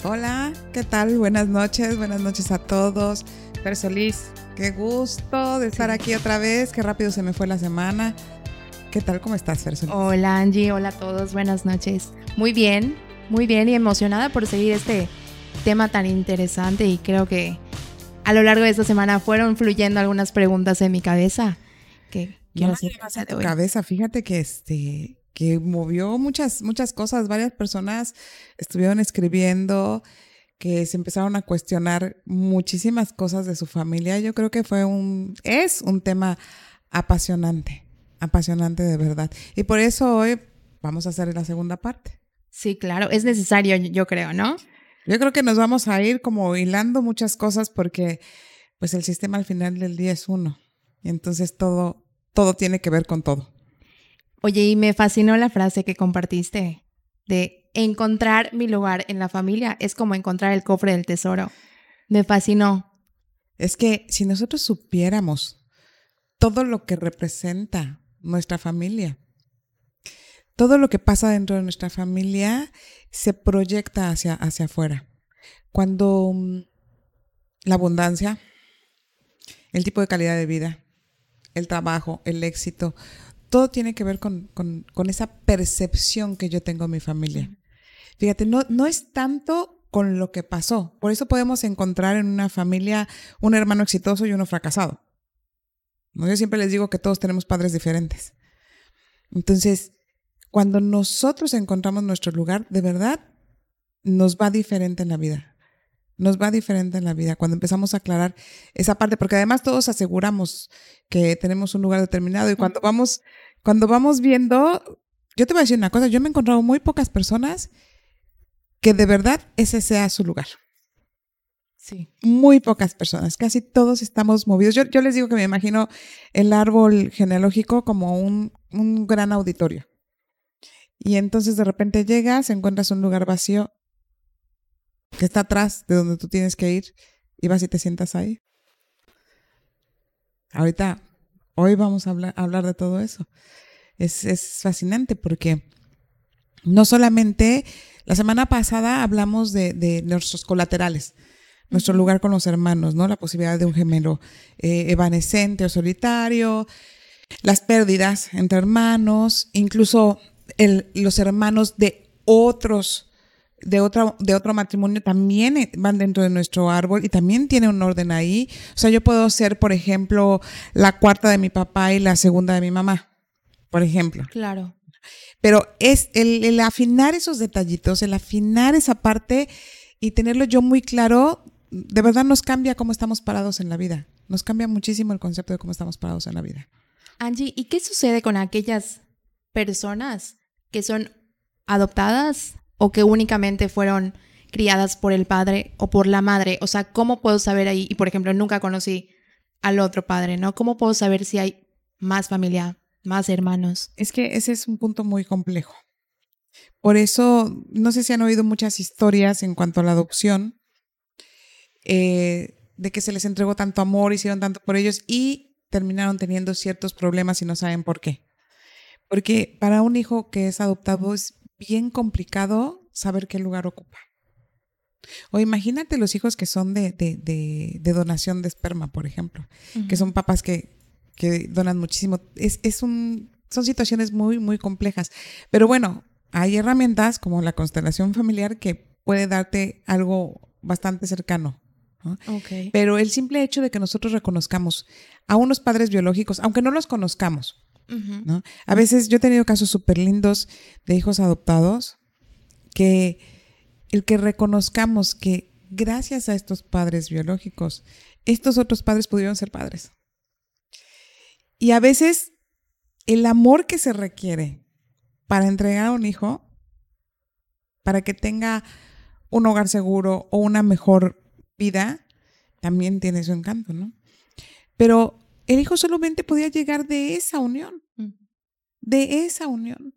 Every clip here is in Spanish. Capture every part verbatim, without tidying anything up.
Hola, ¿qué tal? Buenas noches, buenas noches a todos. Fer Solís, qué gusto de estar aquí otra vez, qué rápido se me fue la semana. ¿Qué tal? ¿Cómo estás, Fer Solís? Hola, Angie, hola a todos, buenas noches. Muy bien, muy bien y emocionada por seguir este tema tan interesante, y creo que a lo largo de esta semana fueron fluyendo algunas preguntas en mi cabeza que quiero No hacer me llevas el a día de tu hoy. cabeza, fíjate que este que movió muchas muchas cosas, varias personas estuvieron escribiendo que se empezaron a cuestionar muchísimas cosas de su familia. Yo creo que fue un es un tema apasionante, apasionante de verdad. Y por eso hoy vamos a hacer la segunda parte. Sí, claro, es necesario, yo creo, ¿no? Yo creo que nos vamos a ir como hilando muchas cosas porque pues el sistema al final del día es uno. Y entonces todo, todo tiene que ver con todo. Oye, y me fascinó la frase que compartiste de encontrar mi lugar en la familia es como encontrar el cofre del tesoro. Me fascinó. Es que si nosotros supiéramos todo lo que representa nuestra familia, todo lo que pasa dentro de nuestra familia se proyecta hacia, hacia afuera. Cuando mm, la abundancia, el tipo de calidad de vida, el trabajo, el éxito, todo tiene que ver con, con, con esa percepción que yo tengo de mi familia. Fíjate, no, no es tanto con lo que pasó. Por eso podemos encontrar en una familia un hermano exitoso y uno fracasado. ¿No? Yo siempre les digo que todos tenemos padres diferentes. Entonces, cuando nosotros encontramos nuestro lugar, de verdad, nos va diferente en la vida. Nos va diferente en la vida cuando empezamos a aclarar esa parte, porque además todos aseguramos que tenemos un lugar determinado y cuando vamos, cuando vamos viendo, yo te voy a decir una cosa, yo me he encontrado muy pocas personas que de verdad ese sea su lugar. Sí. Muy pocas personas, casi todos estamos movidos. Yo, yo les digo que me imagino el árbol genealógico como un, un gran auditorio. Y entonces de repente llegas, encuentras un lugar vacío que está atrás de donde tú tienes que ir y vas y te sientas ahí. Ahorita, hoy vamos a hablar, a hablar de todo eso. Es, es fascinante porque no solamente, la semana pasada hablamos de, de nuestros colaterales, nuestro uh-huh. lugar con los hermanos, ¿no? La posibilidad de un gemelo eh, evanescente o solitario, las pérdidas entre hermanos, incluso el, los hermanos de otros, de, otra, de otro matrimonio también van dentro de nuestro árbol y también tiene un orden ahí. O sea, yo puedo ser, por ejemplo, la cuarta de mi papá y la segunda de mi mamá, por ejemplo. Claro. Pero es el, el afinar esos detallitos, el afinar esa parte y tenerlo yo muy claro, de verdad nos cambia cómo estamos parados en la vida. Nos cambia muchísimo el concepto de cómo estamos parados en la vida. Angie, ¿y qué sucede con aquellas personas que son adoptadas o que únicamente fueron criadas por el padre o por la madre? O sea, ¿cómo puedo saber ahí? Y por ejemplo, nunca conocí al otro padre, ¿no? ¿Cómo puedo saber si hay más familia, más hermanos? Es que ese es un punto muy complejo. Por eso, no sé si han oído muchas historias en cuanto a la adopción, eh, de que se les entregó tanto amor, hicieron tanto por ellos y terminaron teniendo ciertos problemas y no saben por qué. Porque para un hijo que es adoptado es bien complicado saber qué lugar ocupa. O imagínate los hijos que son de, de, de, de donación de esperma, por ejemplo, uh-huh. que son papás que, que donan muchísimo. Es, es un, son situaciones muy, muy complejas. Pero bueno, hay herramientas como la constelación familiar que puede darte algo bastante cercano, ¿no? Okay. Pero el simple hecho de que nosotros reconozcamos a unos padres biológicos, aunque no los conozcamos, uh-huh. ¿no? A veces yo he tenido casos súper lindos de hijos adoptados que el que reconozcamos que gracias a estos padres biológicos, estos otros padres pudieron ser padres. Y a veces el amor que se requiere para entregar a un hijo, para que tenga un hogar seguro o una mejor vida, también tiene su encanto, ¿no? Pero el hijo solamente podía llegar de esa unión, de esa unión.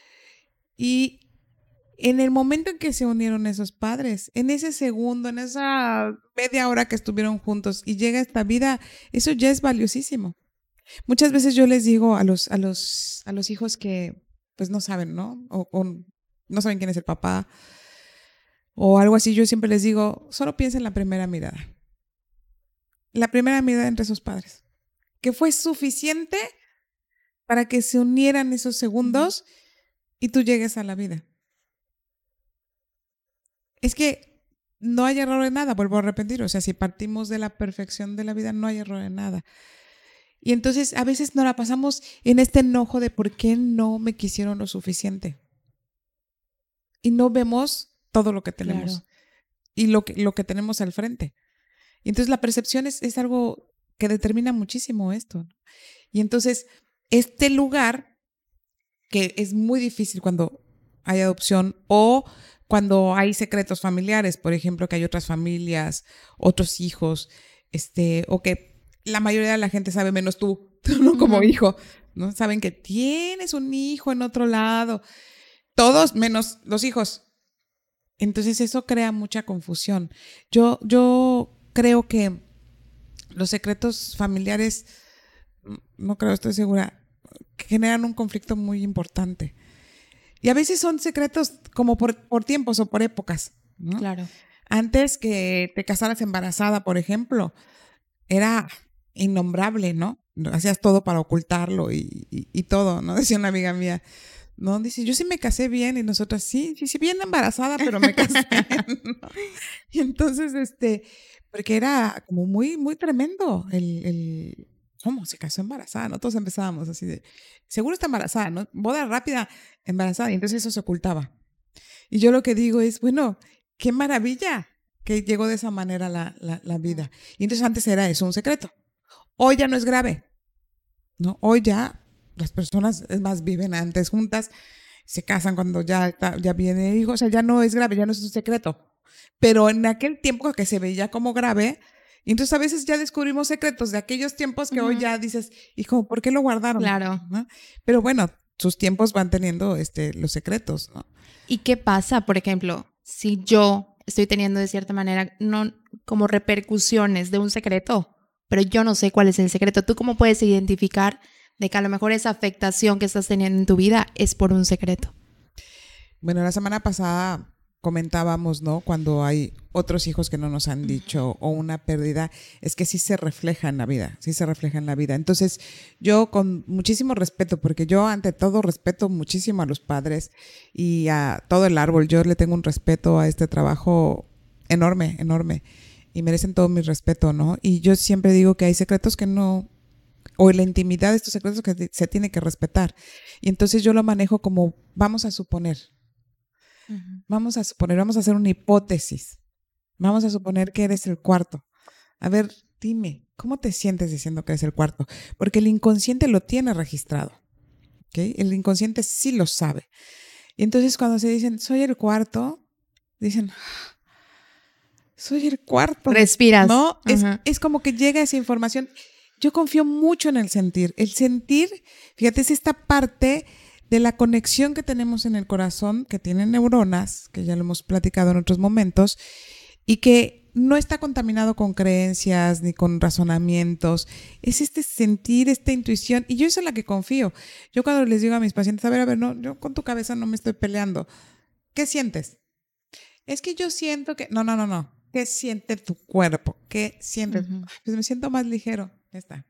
Y en el momento en que se unieron esos padres, en ese segundo, en esa media hora que estuvieron juntos y llega esta vida, eso ya es valiosísimo. Muchas veces yo les digo a los, a los, a los hijos que pues no saben, ¿no? O, o no saben quién es el papá. o algo así, yo siempre les digo, solo piensa en la primera mirada. La primera mirada entre esos padres, que fue suficiente para que se unieran esos segundos y tú llegues a la vida. Es que no hay error en nada, vuelvo a repetir, o sea, si partimos de la perfección de la vida, no hay error en nada. Y entonces a veces nos la pasamos en este enojo de por qué no me quisieron lo suficiente. Y no vemos todo lo que tenemos, claro, y lo que, lo que tenemos al frente. Y entonces la percepción es, es algo que determina muchísimo esto. Y entonces este lugar, que es muy difícil cuando hay adopción o cuando hay secretos familiares, por ejemplo, que hay otras familias, otros hijos, este, o que la mayoría de la gente sabe menos tú, ¿no? Como uh-huh. hijo, ¿no? Saben que tienes un hijo en otro lado, todos menos los hijos. Entonces eso crea mucha confusión. Yo, yo creo que los secretos familiares, no creo, estoy segura, generan un conflicto muy importante. Y a veces son secretos como por, por tiempos o por épocas, ¿no? Claro. Antes que te casaras embarazada, por ejemplo, era innombrable, ¿no? Hacías todo para ocultarlo y, y, y todo, ¿no? Decía una amiga mía, ¿no? Dice, yo sí me casé bien, y nosotras, sí, sí, sí, bien embarazada, pero me casé, ¿no? Y entonces, este, porque era como muy, muy tremendo el... el ¿cómo se casó embarazada? ¿No? Todos empezábamos así de, seguro está embarazada, ¿no? Boda rápida, embarazada. Y entonces eso se ocultaba. Y yo lo que digo es, bueno, qué maravilla que llegó de esa manera la, la, la vida. Y entonces antes era eso, un secreto. Hoy ya no es grave, ¿no? Hoy ya las personas, es más, viven antes juntas, se casan cuando ya, está, ya viene hijo, o sea, ya no es grave, ya no es un secreto. Pero en aquel tiempo que se veía como grave, y entonces a veces ya descubrimos secretos de aquellos tiempos que uh-huh. hoy ya dices, hijo, ¿por qué lo guardaron? Claro. ¿No? Pero bueno, sus tiempos van teniendo este, los secretos, ¿no? ¿Y qué pasa, por ejemplo, si yo estoy teniendo de cierta manera no como repercusiones de un secreto, pero yo no sé cuál es el secreto? ¿Tú cómo puedes identificar de que a lo mejor esa afectación que estás teniendo en tu vida es por un secreto? Bueno, la semana pasada comentábamos, ¿no? Cuando hay otros hijos que no nos han dicho o una pérdida, es que sí se refleja en la vida, sí se refleja en la vida. Entonces, yo con muchísimo respeto, porque yo ante todo respeto muchísimo a los padres y a todo el árbol, yo le tengo un respeto a este trabajo enorme, enorme, y merecen todo mi respeto, ¿no? Y yo siempre digo que hay secretos que no, o la intimidad de estos secretos que se tiene que respetar. Y entonces yo lo manejo como, vamos a suponer, Uh-huh. Vamos a suponer, vamos a hacer una hipótesis. Vamos a suponer que eres el cuarto. A ver, dime, ¿cómo te sientes diciendo que eres el cuarto? Porque el inconsciente lo tiene registrado, ¿okay? El inconsciente sí lo sabe. Y entonces cuando se dicen, soy el cuarto, dicen, soy el cuarto. Respiras. ¿No? Uh-huh. Es, es como que llega esa información. Yo confío mucho en el sentir. El sentir, fíjate, es esta parte de la conexión que tenemos en el corazón, que tiene neuronas, que ya lo hemos platicado en otros momentos, y que no está contaminado con creencias ni con razonamientos. Es este sentir, esta intuición, y yo es en la que confío. Yo cuando les digo a mis pacientes, a ver, a ver, no, yo con tu cabeza no me estoy peleando. ¿Qué sientes? Es que yo siento que... No, no, no, no. ¿Qué siente tu cuerpo? ¿Qué sientes? Uh-huh. Pues me siento más ligero. Ya está.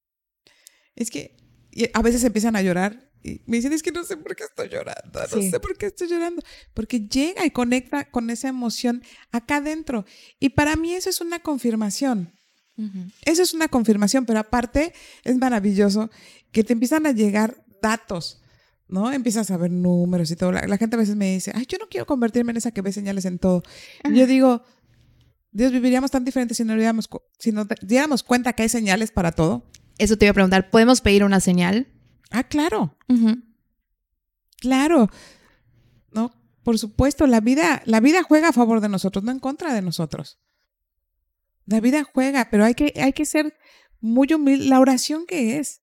Es que a veces empiezan a llorar y me dicen, es que no sé por qué estoy llorando, no sí. sé por qué estoy llorando, porque llega y conecta con esa emoción acá adentro. Y para mí eso es una confirmación. Uh-huh. Eso es una confirmación, pero aparte es maravilloso que te empiezan a llegar datos, ¿no? Empiezas a ver números y todo. La, la gente a veces me dice, ay, yo no quiero convertirme en esa que ve señales en todo. Uh-huh. Y yo digo, Dios, viviríamos tan diferentes si no, diéramos, si no diéramos cuenta que hay señales para todo. Eso te iba a preguntar, ¿podemos pedir una señal? Ah, claro. Uh-huh. Claro. No, por supuesto, la vida, la vida juega a favor de nosotros, no en contra de nosotros. La vida juega, pero hay que, hay que ser muy humilde. La oración, ¿qué es?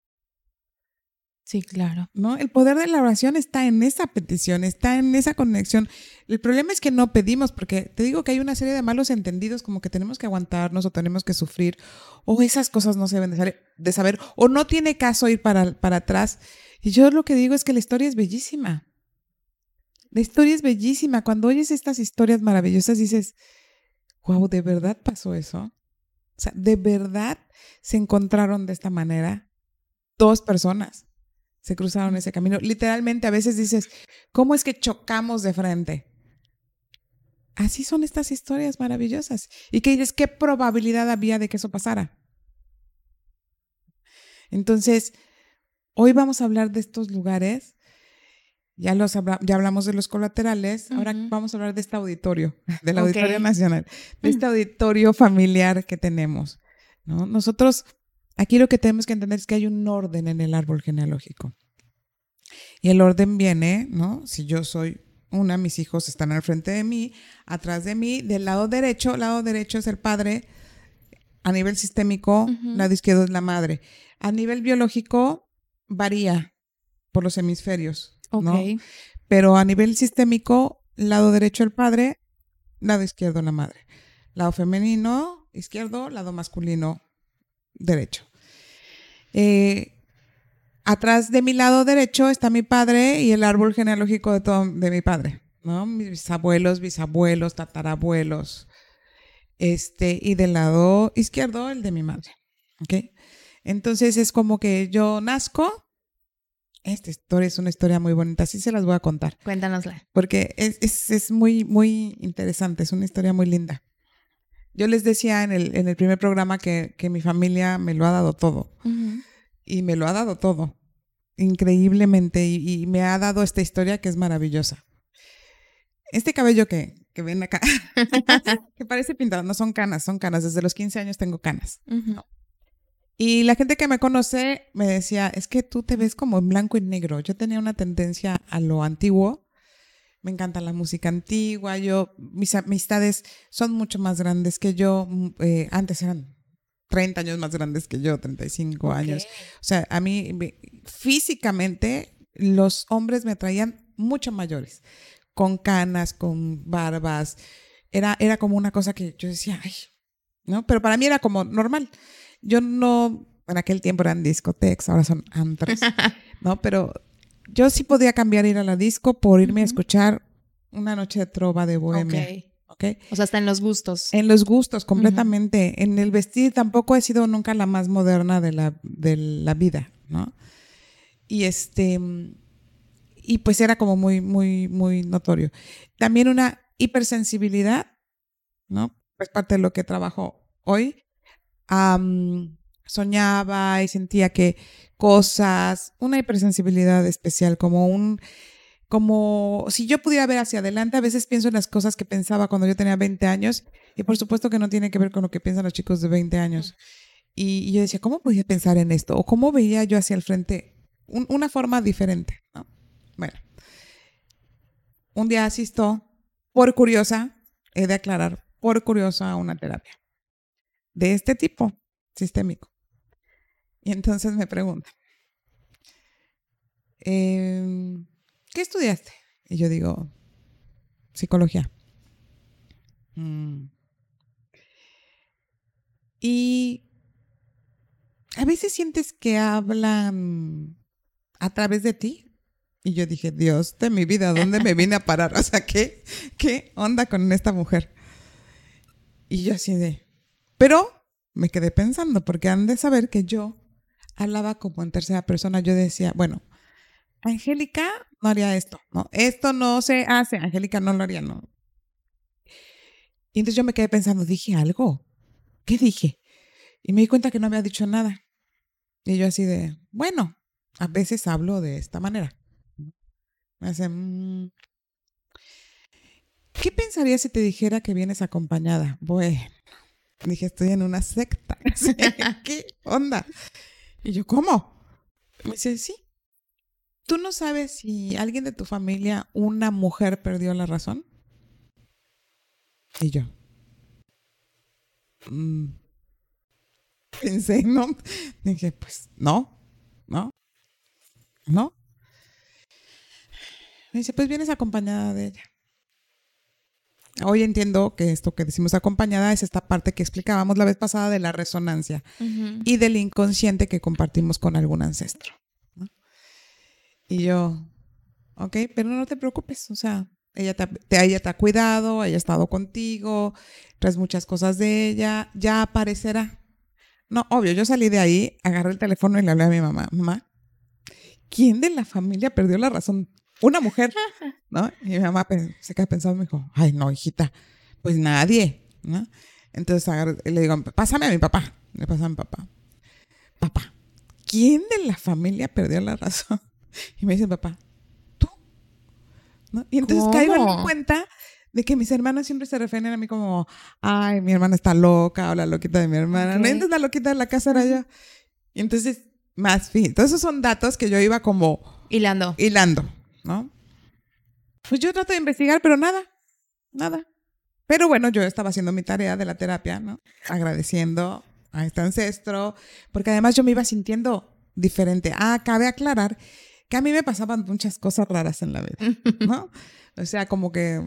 Sí, claro. ¿No? El poder de la oración está en esa petición, está en esa conexión. El problema es que no pedimos, porque te digo que hay una serie de malos entendidos, como que tenemos que aguantarnos o tenemos que sufrir, o esas cosas no se deben de saber, de saber o no tiene caso ir para, para atrás. Y yo lo que digo es que la historia es bellísima. La historia es bellísima. Cuando oyes estas historias maravillosas dices, wow, ¿de verdad pasó eso? O sea, ¿de verdad se encontraron de esta manera dos personas? Se cruzaron ese camino. Literalmente a veces dices, ¿cómo es que chocamos de frente? Así son estas historias maravillosas. Y que dices, ¿qué probabilidad había de que eso pasara? Entonces, hoy vamos a hablar de estos lugares. Ya, los habla, ya hablamos de los colaterales. Uh-huh. Ahora vamos a hablar de este auditorio, del okay. Auditorio Nacional, de este auditorio familiar que tenemos, ¿no? Nosotros, aquí lo que tenemos que entender es que hay un orden en el árbol genealógico. Y el orden viene, ¿no? Si yo soy una, mis hijos están al frente de mí, atrás de mí, del lado derecho, el lado derecho es el padre, a nivel sistémico, uh-huh. lado izquierdo es la madre. A nivel biológico varía por los hemisferios. Okay. ¿No? Pero a nivel sistémico, lado derecho el padre, lado izquierdo la madre. Lado femenino, izquierdo, lado masculino, derecho. Eh, atrás de mi lado derecho está mi padre y el árbol genealógico de, todo, de mi padre, ¿no? Mis abuelos, bisabuelos, tatarabuelos. Este, y del lado izquierdo, el de mi madre. ¿Okay? Entonces es como que yo nazco. Esta historia es una historia muy bonita, así se las voy a contar. Cuéntanosla. Porque es, es, es muy, muy interesante, es una historia muy linda. Yo les decía en el, en el primer programa que, que mi familia me lo ha dado todo. Uh-huh. Y me lo ha dado todo, increíblemente. Y, y me ha dado esta historia que es maravillosa. Este cabello que, que ven acá, que parece pintado, no son canas, son canas. Desde los quince años tengo canas. Uh-huh. ¿No? Y la gente que me conoce me decía, es que tú te ves como en blanco y negro. Yo tenía una tendencia a lo antiguo. Me encanta la música antigua. Yo, mis amistades son mucho más grandes que yo. Eh, antes eran treinta años más grandes que yo, treinta y cinco okay. años. O sea, a mí físicamente los hombres me traían mucho mayores. Con canas, con barbas. Era, era como una cosa que yo decía, ay, ¿no? Pero para mí era como normal. Yo no, en aquel tiempo eran discotecas, ahora son antros, ¿no? Pero yo sí podía cambiar ir a la disco por irme uh-huh. a escuchar una noche de trova de bohemia. Okay. ¿Okay? O sea, hasta en los gustos. En los gustos, completamente. Uh-huh. En el vestir tampoco he sido nunca la más moderna de la, de la vida, ¿no? Y este, y pues era como muy, muy, muy notorio. También una hipersensibilidad, ¿no? Es parte de lo que trabajo hoy. Um, soñaba y sentía que cosas, una hipersensibilidad especial, como un, como si yo pudiera ver hacia adelante. A veces pienso en las cosas que pensaba cuando yo tenía veinte años y por supuesto que no tiene que ver con lo que piensan los chicos de veinte años. Y, y yo decía, ¿cómo podía pensar en esto? O ¿cómo veía yo hacia el frente? Un, una forma diferente, ¿no? Bueno, un día asisto, por curiosa, he de aclarar, por curiosa a una terapia de este tipo, sistémico. Y entonces me pregunta, eh, ¿qué estudiaste? Y yo digo, psicología. Mm. Y a veces sientes que hablan a través de ti. Y yo dije, Dios de mi vida, ¿dónde me vine a parar? O sea, ¿qué, qué onda con esta mujer? Y yo así de... Pero me quedé pensando, porque han de saber que yo hablaba como en tercera persona. Yo decía, bueno, Angélica no haría esto, ¿no? Esto no se hace, Angélica no lo haría, ¿no? Y entonces yo me quedé pensando, ¿dije algo? ¿Qué dije? Y me di cuenta que no había dicho nada. Y yo así de, bueno, a veces hablo de esta manera. Me hace, mmm, ¿qué pensarías si te dijera que vienes acompañada? Bueno, dije, estoy en una secta. ¿Qué onda? Y yo, ¿cómo? Me dice, sí. ¿Tú no sabes si alguien de tu familia, una mujer, perdió la razón? Y yo, mmm, pensé, ¿no? Dije, pues, no, no, no. Me dice, pues vienes acompañada de ella. Hoy entiendo que esto que decimos acompañada es esta parte que explicábamos la vez pasada de la resonancia uh-huh. y del inconsciente que compartimos con algún ancestro, ¿no? Y yo, ¿ok? Pero no te preocupes, o sea, ella te, te, ella te ha cuidado, ella ha estado contigo, traes muchas cosas de ella, ya aparecerá. No, obvio, yo salí de ahí, agarré el teléfono y le hablé a mi mamá. Mamá, ¿quién de la familia perdió la razón? Una mujer, ¿no? Y mi mamá se queda pensando y me dijo, ay, no, hijita, pues nadie, ¿no? Entonces agarré, le digo, pásame a mi papá. Le paso a mi papá. Papá, ¿quién de la familia perdió la razón? Y me dice, papá, ¿tú? ¿No? Y entonces ¿Cómo? caigo en mi cuenta de que mis hermanos siempre se refieren a mí como, ay, mi hermana está loca, o la loquita de mi hermana. Ok. No, entonces la loquita de la casa era yo. Y entonces, más fin. Todos esos son datos que yo iba como Hilando. hilando, ¿no? Pues yo trato de investigar, pero nada, nada. Pero bueno, yo estaba haciendo mi tarea de la terapia, ¿no? Agradeciendo a este ancestro, porque además yo me iba sintiendo diferente. Ah, cabe aclarar que a mí me pasaban muchas cosas raras en la vida, ¿no? O sea, como que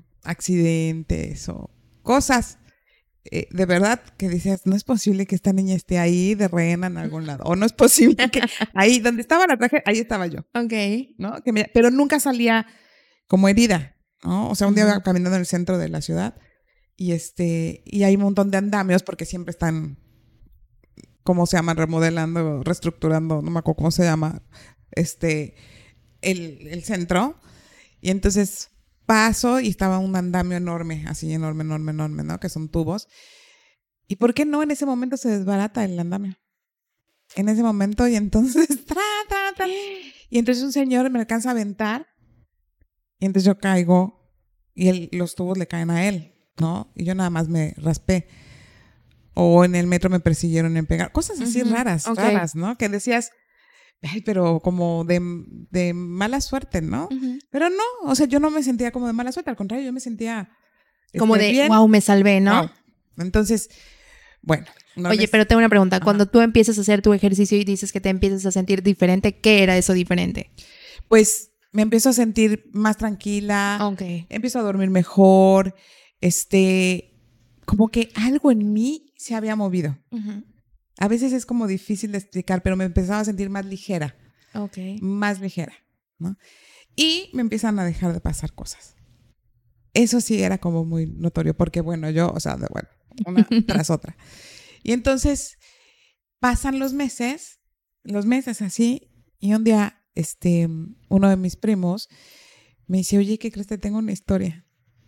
accidentes o cosas eh, de verdad que decías, no es posible que esta niña esté ahí de rehén en algún lado, o no es posible que ahí donde estaba la tragedia, ahí estaba yo, Ok. ¿no? Que me, pero nunca salía como herida, ¿no? O sea, un día Ujú. iba caminando en el centro de la ciudad y este y hay un montón de andamios porque siempre están, ¿cómo se llaman? Remodelando, reestructurando, no me acuerdo cómo se llama, este, el, el centro. Y entonces paso y estaba un andamio enorme, así enorme, enorme, enorme, ¿no? Que son tubos. ¿Y por qué no en ese momento se desbarata el andamio? En ese momento y entonces, tra, tra, tra. Y entonces un señor me alcanza a aventar y entonces yo caigo y él, los tubos le caen a él, ¿no? Y yo nada más me raspé. O en el metro me persiguieron en pegar. Cosas así Ujú. raras, Ok. raras, ¿no? Que decías, ay, pero como de, de mala suerte, ¿no? Ujú. Pero no, o sea, yo no me sentía como de mala suerte, al contrario, yo me sentía Como este, de, bien. wow, me salvé, ¿no? Wow. Entonces, bueno. No Oye, les... pero tengo una pregunta. Ajá. Cuando tú empiezas a hacer tu ejercicio y dices que te empiezas a sentir diferente, ¿qué era eso diferente? Pues me empiezo a sentir más tranquila, Ok. empiezo a dormir mejor, este, como que algo en mí se había movido. Ujú. A veces es como difícil de explicar, pero me empezaba a sentir más ligera, Ok. más ligera, ¿no? Y me empiezan a dejar de pasar cosas. Eso sí era como muy notorio, porque bueno, yo, o sea, de, bueno, una tras otra. Y entonces pasan los meses, los meses así, y un día, este, uno de mis primos me dice, oye, ¿qué crees? Te tengo una historia.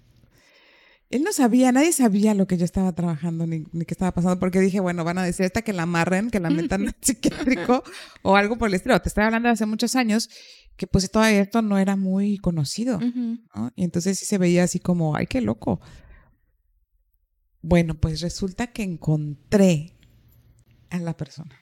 Él no sabía, nadie sabía lo que yo estaba trabajando ni, ni qué estaba pasando, porque dije, bueno, van a decir esta que la amarren, que la metan en psiquiátrico o algo por el estilo. Te estoy hablando de hace muchos años que pues todavía esto no era muy conocido, Ujú. ¿no? Y entonces sí se veía así como, ay, qué loco. Bueno, pues resulta que encontré a la persona.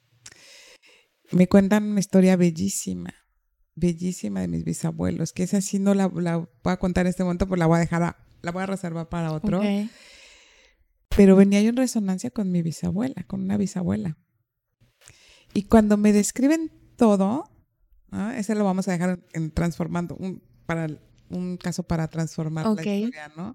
Me cuentan una historia bellísima, bellísima de mis bisabuelos, que esa sí no la, la voy a contar en este momento, pues la voy a dejar, a, la voy a reservar para otro. Ok. Pero venía yo en resonancia con mi bisabuela, con una bisabuela. Y cuando me describen todo, ¿no? Ese lo vamos a dejar en, en transformando, un, para un caso para transformar Ok. la historia, ¿no?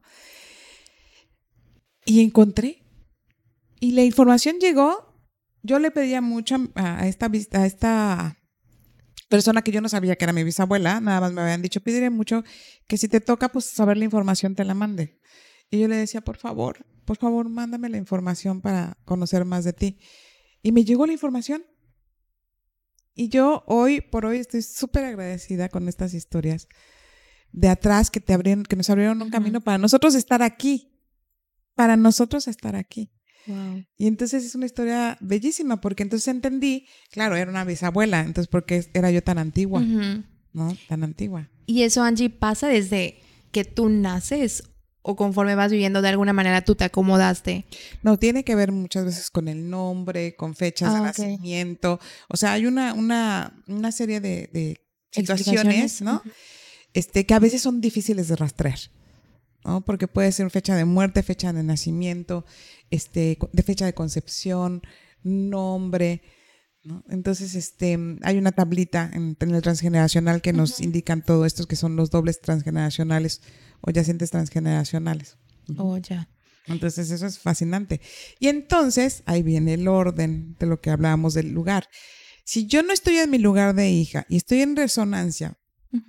Y encontré. Y la información llegó. Yo le pedía mucho a, a esta a esta persona que yo no sabía que era mi bisabuela, nada más me habían dicho, pídele mucho que si te toca, pues saber la información te la mande. Y yo le decía, por favor, por favor, mándame la información para conocer más de ti. Y me llegó la información. Y yo hoy por hoy estoy súper agradecida con estas historias de atrás que te abrieron, que nos abrieron un Ujú. camino para nosotros estar aquí, para nosotros estar aquí. Wow. Y entonces es una historia bellísima porque entonces entendí, claro, era una bisabuela, entonces ¿por qué era yo tan antigua? Ujú. ¿No? Tan antigua. ¿Y eso, Angie, pasa desde que tú naces o conforme vas viviendo de alguna manera tú te acomodaste? No, tiene que ver muchas veces con el nombre, con fechas Ah, de ok. nacimiento. O sea, hay una, una, una serie de, de situaciones, Explicaciones. ¿no? Ujú. Este, que a veces son difíciles de rastrear, ¿no? Porque puede ser fecha de muerte, fecha de nacimiento, este, de fecha de concepción, nombre, ¿no? Entonces, este, hay una tablita en, en el transgeneracional que nos Ujú. indican todo esto, que son los dobles transgeneracionales o yacentes transgeneracionales. Oh, ya. Entonces, eso es fascinante. Y entonces, ahí viene el orden de lo que hablábamos del lugar. Si yo no estoy en mi lugar de hija y estoy en resonancia Ujú.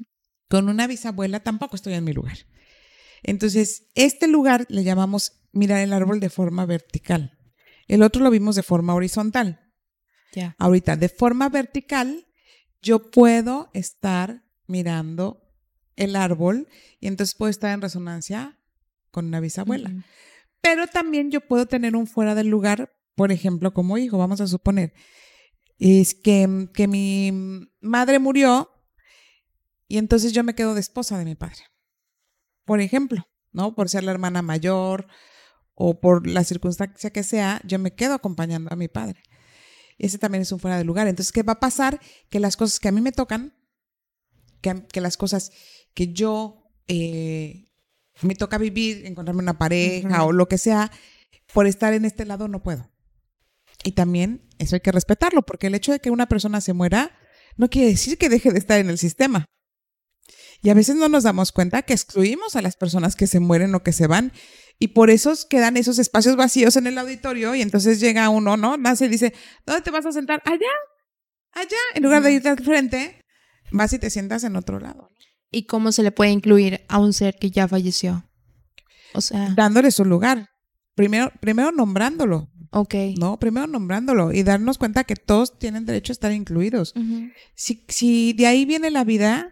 Con una bisabuela tampoco estoy en mi lugar. Entonces, este lugar le llamamos mirar el árbol de forma vertical. El otro lo vimos de forma horizontal. Ya. Ahorita, de forma vertical, yo puedo estar mirando el árbol y entonces puedo estar en resonancia con una bisabuela. Uh-huh. Pero también yo puedo tener un fuera del lugar, por ejemplo, como hijo, vamos a suponer, es que, que mi madre murió y entonces yo me quedo de esposa de mi padre. Por ejemplo, ¿no? Por ser la hermana mayor o por la circunstancia que sea, yo me quedo acompañando a mi padre. Ese también es un fuera de lugar. Entonces, ¿qué va a pasar? Que las cosas que a mí me tocan, que, que las cosas que yo eh, me toca vivir, encontrarme una pareja uh-huh. o lo que sea, por estar en este lado no puedo. Y también eso hay que respetarlo, porque el hecho de que una persona se muera no quiere decir que deje de estar en el sistema. Y a veces no nos damos cuenta que excluimos a las personas que se mueren o que se van. Y por eso quedan esos espacios vacíos en el auditorio y entonces llega uno, ¿no? Nace y dice, ¿dónde te vas a sentar? Allá, allá. En lugar de irte al frente, vas y te sientas en otro lado. ¿Y cómo se le puede incluir a un ser que ya falleció? O sea... dándole su lugar. Primero, primero nombrándolo. Ok. No, primero nombrándolo y darnos cuenta que todos tienen derecho a estar incluidos. Uh-huh. Si, si de ahí viene la vida...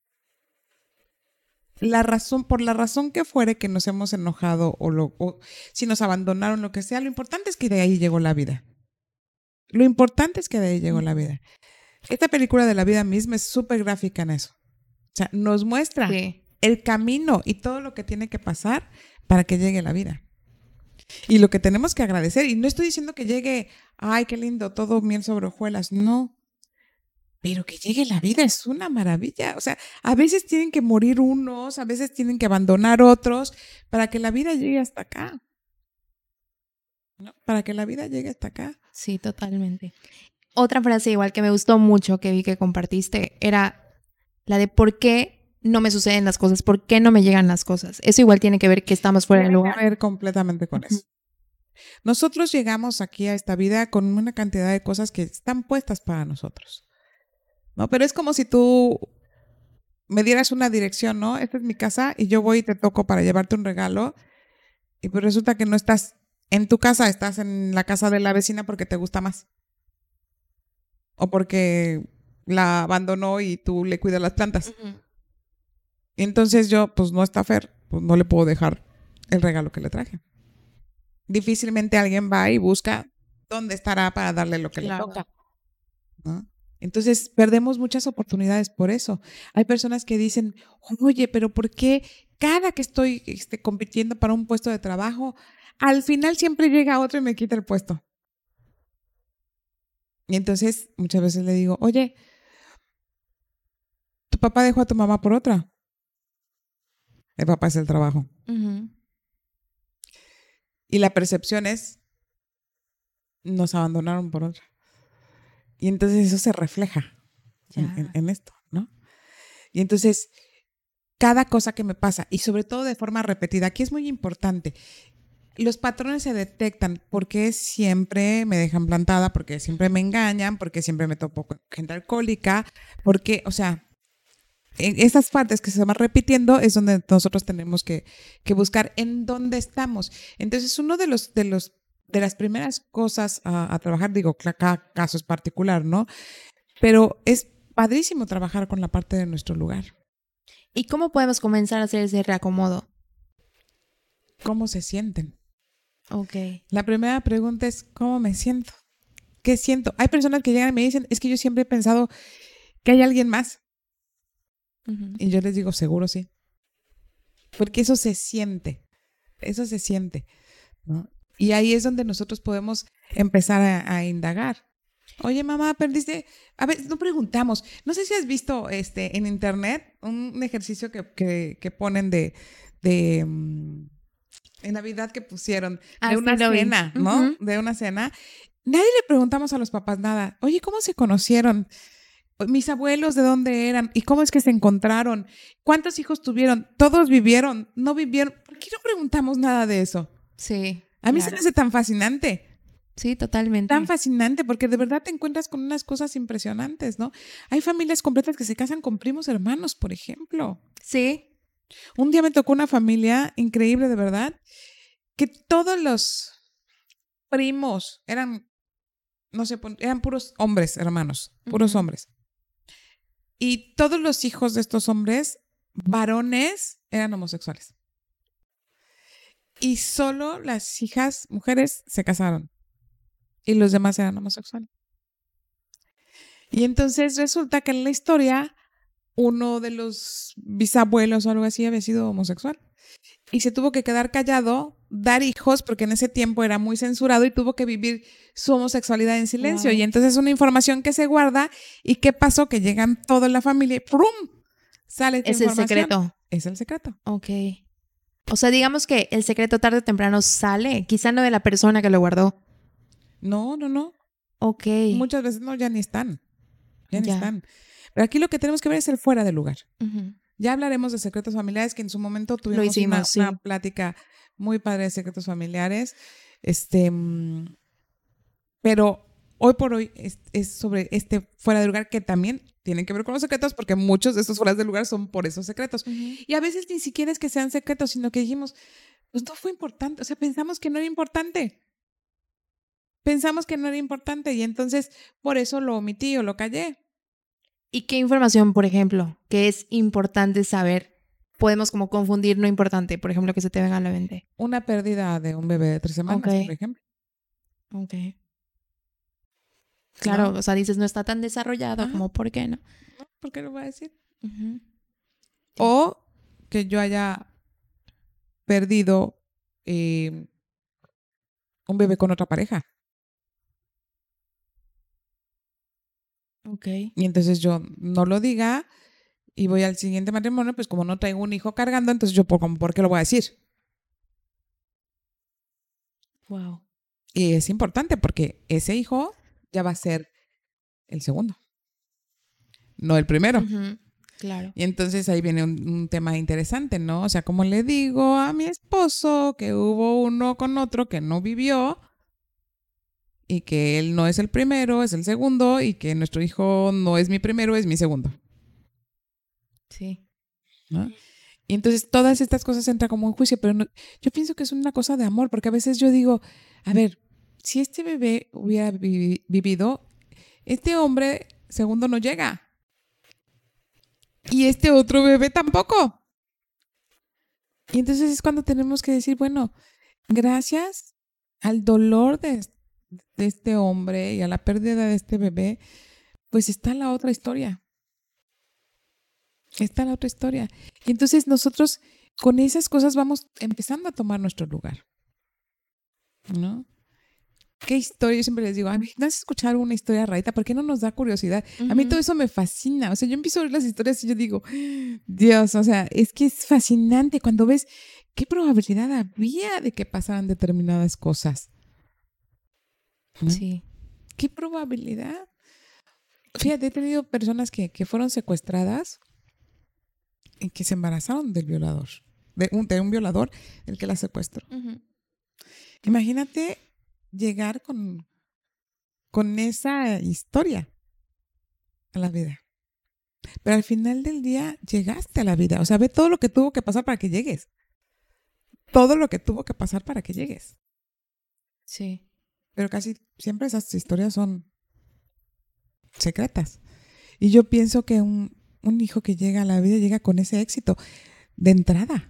La razón, por la razón que fuere que nos hemos enojado o, lo, o si nos abandonaron, lo que sea, lo importante es que de ahí llegó la vida. Lo importante es que de ahí llegó la vida. Esta película de la vida misma es súper gráfica en eso. O sea, nos muestra sí. el camino y todo lo que tiene que pasar para que llegue la vida. Y lo que tenemos que agradecer. Y no estoy diciendo que llegue, ay, qué lindo, todo miel sobre hojuelas. No. Pero que llegue la vida es una maravilla. O sea, a veces tienen que morir unos, a veces tienen que abandonar otros para que la vida llegue hasta acá. ¿No? Para que la vida llegue hasta acá. Sí, totalmente. Otra frase igual que me gustó mucho que vi que compartiste era la de ¿por qué no me suceden las cosas? ¿Por qué no me llegan las cosas? Eso igual tiene que ver que estamos fuera del lugar. Tiene que ver completamente con eso. Nosotros llegamos aquí a esta vida con una cantidad de cosas que están puestas para nosotros. ¿No? Pero es como si tú me dieras una dirección, ¿no? Esta es mi casa y yo voy y te toco para llevarte un regalo y pues resulta que no estás en tu casa, estás en la casa de la vecina porque te gusta más. O porque la abandonó y tú le cuidas las plantas. Uh-huh. Y entonces yo, pues no está Fer, pues no le puedo dejar el regalo que le traje. Difícilmente alguien va y busca dónde estará para darle lo que claro. le toca, ¿no? Entonces, perdemos muchas oportunidades por eso. Hay personas que dicen, oye, pero ¿por qué cada que estoy este, compitiendo para un puesto de trabajo, al final siempre llega otro y me quita el puesto? Y entonces, muchas veces le digo, oye, ¿tu papá dejó a tu mamá por otra? El papá es el trabajo. Uh-huh. Y la percepción es, nos abandonaron por otra. Y entonces eso se refleja en, en, en esto, ¿no? Y entonces, cada cosa que me pasa, y sobre todo de forma repetida, aquí es muy importante, los patrones se detectan porque siempre me dejan plantada, porque siempre me engañan, porque siempre me topo con gente alcohólica, porque, o sea, en esas partes que se van repitiendo es donde nosotros tenemos que, que buscar en dónde estamos. Entonces, uno de los, de los de las primeras cosas a, a trabajar, digo, cada caso es particular, ¿no? Pero es padrísimo trabajar con la parte de nuestro lugar. ¿Y cómo podemos comenzar a hacer ese reacomodo? ¿Cómo se sienten? Ok. La primera pregunta es, ¿cómo me siento? ¿Qué siento? Hay personas que llegan y me dicen, es que yo siempre he pensado que hay alguien más. Uh-huh. Y yo les digo, seguro sí. Porque eso se siente. Eso se siente, ¿no? Y ahí es donde nosotros podemos empezar a, a indagar. Oye, mamá, perdiste. A ver, no preguntamos. No sé si has visto este en internet un ejercicio que, que, que ponen de, de um, en Navidad que pusieron ah, de una sí, cena, ¿no? Uh-huh. De una cena. Nadie le preguntamos a los papás nada. Oye, ¿cómo se conocieron? Mis abuelos, ¿de dónde eran? ¿Y cómo es que se encontraron? ¿Cuántos hijos tuvieron? ¿Todos vivieron? ¿No vivieron? ¿Por qué no preguntamos nada de eso? Sí. A mí claro. se me hace tan fascinante. Sí, totalmente. Tan fascinante, porque de verdad te encuentras con unas cosas impresionantes, ¿no? Hay familias completas que se casan con primos hermanos, por ejemplo. Sí. Un día me tocó una familia increíble, de verdad, que todos los primos eran, no sé, eran puros hombres, hermanos, puros uh-huh. hombres. Y todos los hijos de estos hombres, varones, eran homosexuales. Y solo las hijas, mujeres, se casaron. Y los demás eran homosexuales. Y entonces resulta que en la historia, uno de los bisabuelos o algo así había sido homosexual. Y se tuvo que quedar callado, dar hijos, porque en ese tiempo era muy censurado y tuvo que vivir su homosexualidad en silencio. Wow. Y entonces es una información que se guarda. ¿Y qué pasó? Que llegan toda la familia y ¡prum! Sale esta es información. Es el secreto. Es el secreto. Ok. O sea, digamos que el secreto tarde o temprano sale, quizá no de la persona que lo guardó. No, no, no. Ok. Muchas veces no, ya ni están. Ya ni ya. están. Pero aquí lo que tenemos que ver es el fuera de lugar. Uh-huh. Ya hablaremos de secretos familiares, que en su momento tuvimos hicimos, una, sí. una plática muy padre de secretos familiares. Este, pero hoy por hoy es, es sobre este fuera de lugar que también tienen que ver con los secretos, porque muchos de estos fueras de lugar son por esos secretos. Uh-huh. Y a veces ni siquiera es que sean secretos, sino que dijimos, pues no fue importante. O sea, pensamos que no era importante. Pensamos que no era importante y entonces por eso lo omití o lo callé. ¿Y qué información, por ejemplo, que es importante saber? Podemos como confundir no importante, por ejemplo, que se te venga a la mente. Una pérdida de un bebé de tres semanas, okay. por ejemplo. Ok. Claro, ¿no? O sea, dices, no está tan desarrollado, Ajá. como, ¿por qué no? no? ¿Por qué lo voy a decir? Uh-huh. Sí. O que yo haya perdido eh, un bebé con otra pareja. Ok. Y entonces yo no lo diga y voy al siguiente matrimonio, pues como no traigo un hijo cargando, entonces yo, ¿por, ¿por qué lo voy a decir? Wow. Y es importante porque ese hijo ya va a ser el segundo, no el primero. Uh-huh. Claro. Y entonces ahí viene un, un tema interesante, ¿no? O sea, como le digo a mi esposo que hubo uno con otro que no vivió y que él no es el primero, es el segundo y que nuestro hijo no es mi primero, es mi segundo. Sí. ¿No? Y entonces todas estas cosas entran como en juicio, pero no, yo pienso que es una cosa de amor, porque a veces yo digo, a ver, si este bebé hubiera vi- vivido, este hombre segundo no llega. Y este otro bebé tampoco. Y entonces es cuando tenemos que decir, bueno, gracias al dolor de, de este hombre y a la pérdida de este bebé, pues está la otra historia. Está la otra historia. Y entonces nosotros con esas cosas vamos empezando a tomar nuestro lugar. ¿No? ¿Qué historia? Yo siempre les digo, ¿no has escuchado una historia rarita? ¿Por qué no nos da curiosidad? Uh-huh. A mí todo eso me fascina. O sea, yo empiezo a ver las historias y yo digo, Dios, o sea, es que es fascinante cuando ves qué probabilidad había de que pasaran determinadas cosas. ¿No? Sí. ¿Qué probabilidad? Fíjate, he tenido personas que, que fueron secuestradas y que se embarazaron del violador, de un, de un violador el que la secuestró. Uh-huh. Imagínate llegar con, con esa historia a la vida. Pero al final del día llegaste a la vida. O sea, ve todo lo que tuvo que pasar para que llegues. Todo lo que tuvo que pasar para que llegues. Sí. Pero casi siempre esas historias son secretas. Y yo pienso que un, un hijo que llega a la vida llega con ese éxito de entrada.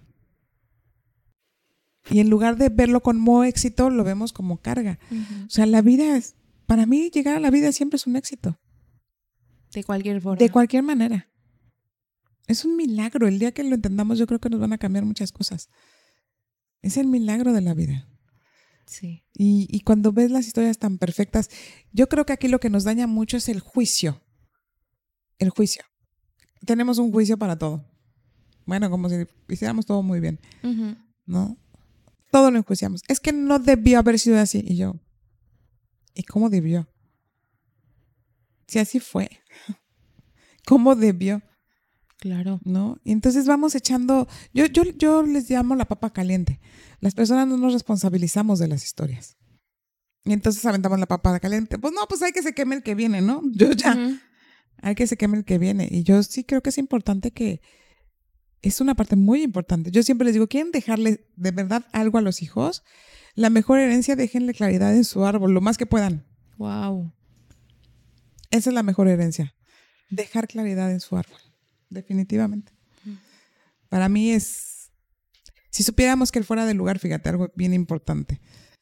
Y en lugar de verlo como éxito, lo vemos como carga. Uh-huh. O sea, la vida es, para mí llegar a la vida siempre es un éxito. De cualquier forma. De cualquier manera. Es un milagro. El día que lo entendamos, yo creo que nos van a cambiar muchas cosas. Es el milagro de la vida. Sí. Y, y cuando ves las historias tan perfectas, yo creo que aquí lo que nos daña mucho es el juicio. El juicio. Tenemos un juicio para todo. Bueno, como si hiciéramos todo muy bien. Uh-huh. ¿No? Todo lo enjuiciamos. Es que no debió haber sido así. Y yo, ¿y cómo debió? Si así fue. ¿Cómo debió? Claro. ¿No? Y entonces vamos echando, yo, yo, yo les llamo la papa caliente. Las personas no nos responsabilizamos de las historias. Y entonces aventamos la papada caliente. Pues no, pues hay que se queme el que viene, ¿no? Yo ya, uh-huh. hay que se queme el que viene. Y yo sí creo que es importante que, es una parte muy importante. Yo siempre les digo, ¿quieren dejarle de verdad algo a los hijos? La mejor herencia, déjenle claridad en su árbol, lo más que puedan. Wow. Esa es la mejor herencia. Dejar claridad en su árbol. Definitivamente. Uh-huh. Para mí es, si supiéramos que él fuera del lugar, fíjate, algo bien importante.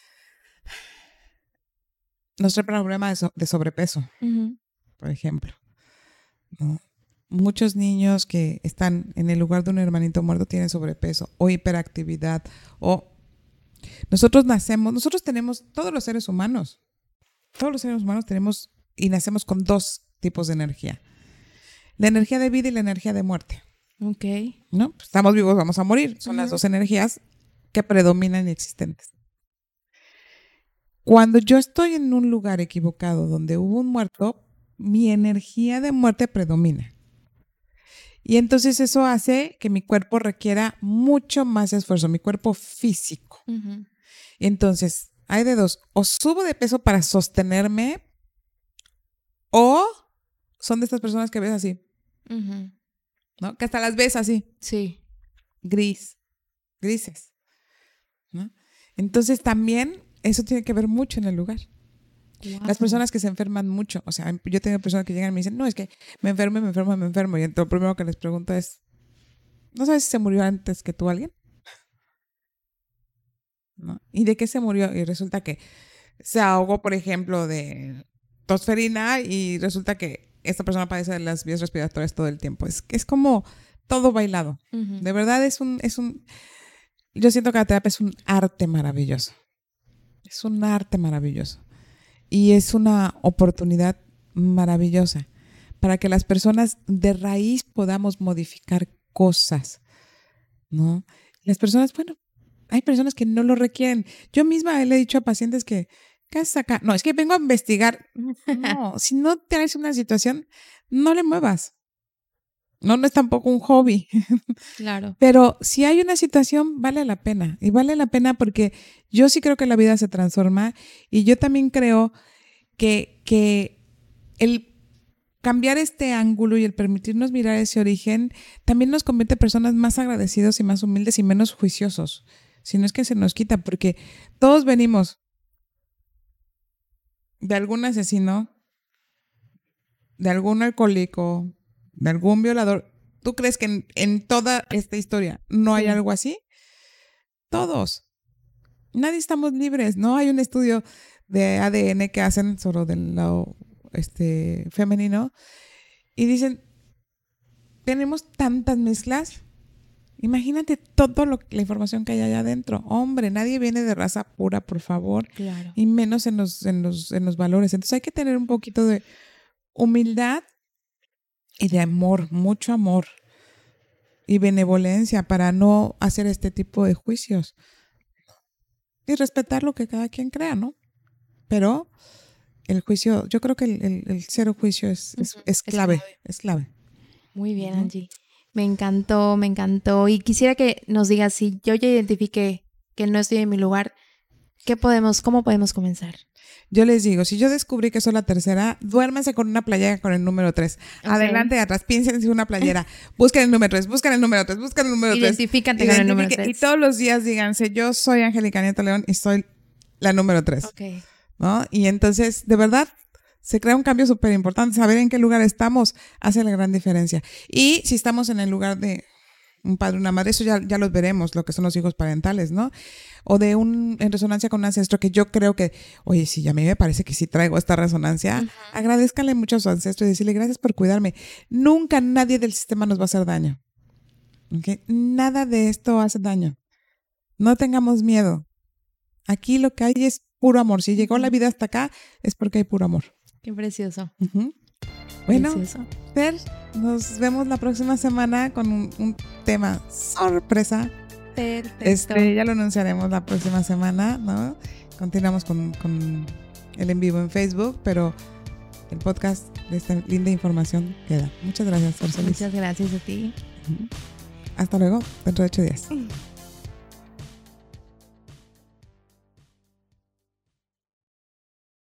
Nuestro problema de, so- de sobrepeso, uh-huh. por ejemplo, ¿no? Muchos niños que están en el lugar de un hermanito muerto tienen sobrepeso o hiperactividad. O nosotros nacemos, nosotros tenemos, todos los seres humanos, todos los seres humanos tenemos y nacemos con dos tipos de energía. La energía de vida y la energía de muerte. Ok. ¿No? Pues estamos vivos, vamos a morir. Son uh-huh. las dos energías que predominan y existentes. Cuando yo estoy en un lugar equivocado donde hubo un muerto, mi energía de muerte predomina. Y entonces eso hace que mi cuerpo requiera mucho más esfuerzo, mi cuerpo físico. Uh-huh. Y entonces, hay de dos, o subo de peso para sostenerme, o son de estas personas que ves así, uh-huh. ¿no? Que hasta las ves así. Sí. Gris, grises, ¿no? Entonces también eso tiene que ver mucho en el lugar. Wow. Las personas que se enferman mucho, o sea, yo tengo personas que llegan y me dicen, no, es que me enfermo, me enfermo, me enfermo. Y entonces lo primero que les pregunto es, ¿no sabes si se murió antes que tú alguien? ¿No? ¿Y de qué se murió? Y resulta que se ahogó, por ejemplo, de tosferina y resulta que esta persona padece de las vías respiratorias todo el tiempo. Es, es como todo bailado. Uh-huh. De verdad es un, es un, yo siento que la terapia es un arte maravilloso. Es un arte maravilloso. Y es una oportunidad maravillosa para que las personas de raíz podamos modificar cosas, ¿no? Las personas, bueno, hay personas que no lo requieren. Yo misma le he dicho a pacientes que, ¿qué haces acá? No, es que vengo a investigar. No, si no tienes una situación, no le muevas. No, no es tampoco un hobby. Claro. Pero si hay una situación, vale la pena. Y vale la pena porque yo sí creo que la vida se transforma y yo también creo que, que el cambiar este ángulo y el permitirnos mirar ese origen también nos convierte en personas más agradecidos y más humildes y menos juiciosos. Si no es que se nos quita, porque todos venimos de algún asesino, de algún alcohólico, de algún violador. ¿Tú crees que en, en toda esta historia no hay sí. algo así? Todos. Nadie estamos libres. No hay un estudio de A D N que hacen sobre del lado este, femenino y dicen, tenemos tantas mezclas. Imagínate toda la información que hay allá adentro. Hombre, nadie viene de raza pura, por favor. Claro. Y menos en los, en los, en los valores. Entonces hay que tener un poquito de humildad y de amor, mucho amor y benevolencia para no hacer este tipo de juicios y respetar lo que cada quien crea, ¿no? Pero el juicio, yo creo que el, el, el cero juicio es, es, uh-huh. es, clave, es clave, es clave. Muy bien, uh-huh. Angie. Me encantó, me encantó. Y quisiera que nos digas, si yo ya identifiqué que no estoy en mi lugar, ¿qué podemos, cómo podemos comenzar? Yo les digo, si yo descubrí que soy la tercera, duérmense con una playera con el número tres. Okay. Adelante y atrás, piénsense una playera. Busquen el número tres, busquen el número tres, busquen el número tres. Identifícate con el número tres. Y todos los días díganse, yo soy Angélica Nieto León y soy la número tres. Okay. ¿No? Y entonces, de verdad, se crea un cambio súper importante. Saber en qué lugar estamos hace la gran diferencia. Y si estamos en el lugar de un padre, una madre, eso ya, ya los veremos, lo que son los hijos parentales, ¿no? O de un, en resonancia con un ancestro, que yo creo que, oye, sí, a mí me parece que sí traigo esta resonancia, uh-huh. agradezcanle mucho a su ancestro y decirle gracias por cuidarme. Nunca nadie del sistema nos va a hacer daño. ¿Okay? Nada de esto hace daño. No tengamos miedo. Aquí lo que hay es puro amor. Si llegó la vida hasta acá, es porque hay puro amor. Qué precioso. Uh-huh. Bueno, precioso. Fer, nos vemos la próxima semana con un, un tema sorpresa. Perfecto. Este, ya lo anunciaremos la próxima semana, ¿no? Continuamos con, con el en vivo en Facebook, pero el podcast de esta linda información queda. Muchas gracias, Orsolis. Muchas gracias a ti. Uh-huh. Hasta luego, dentro de ocho días.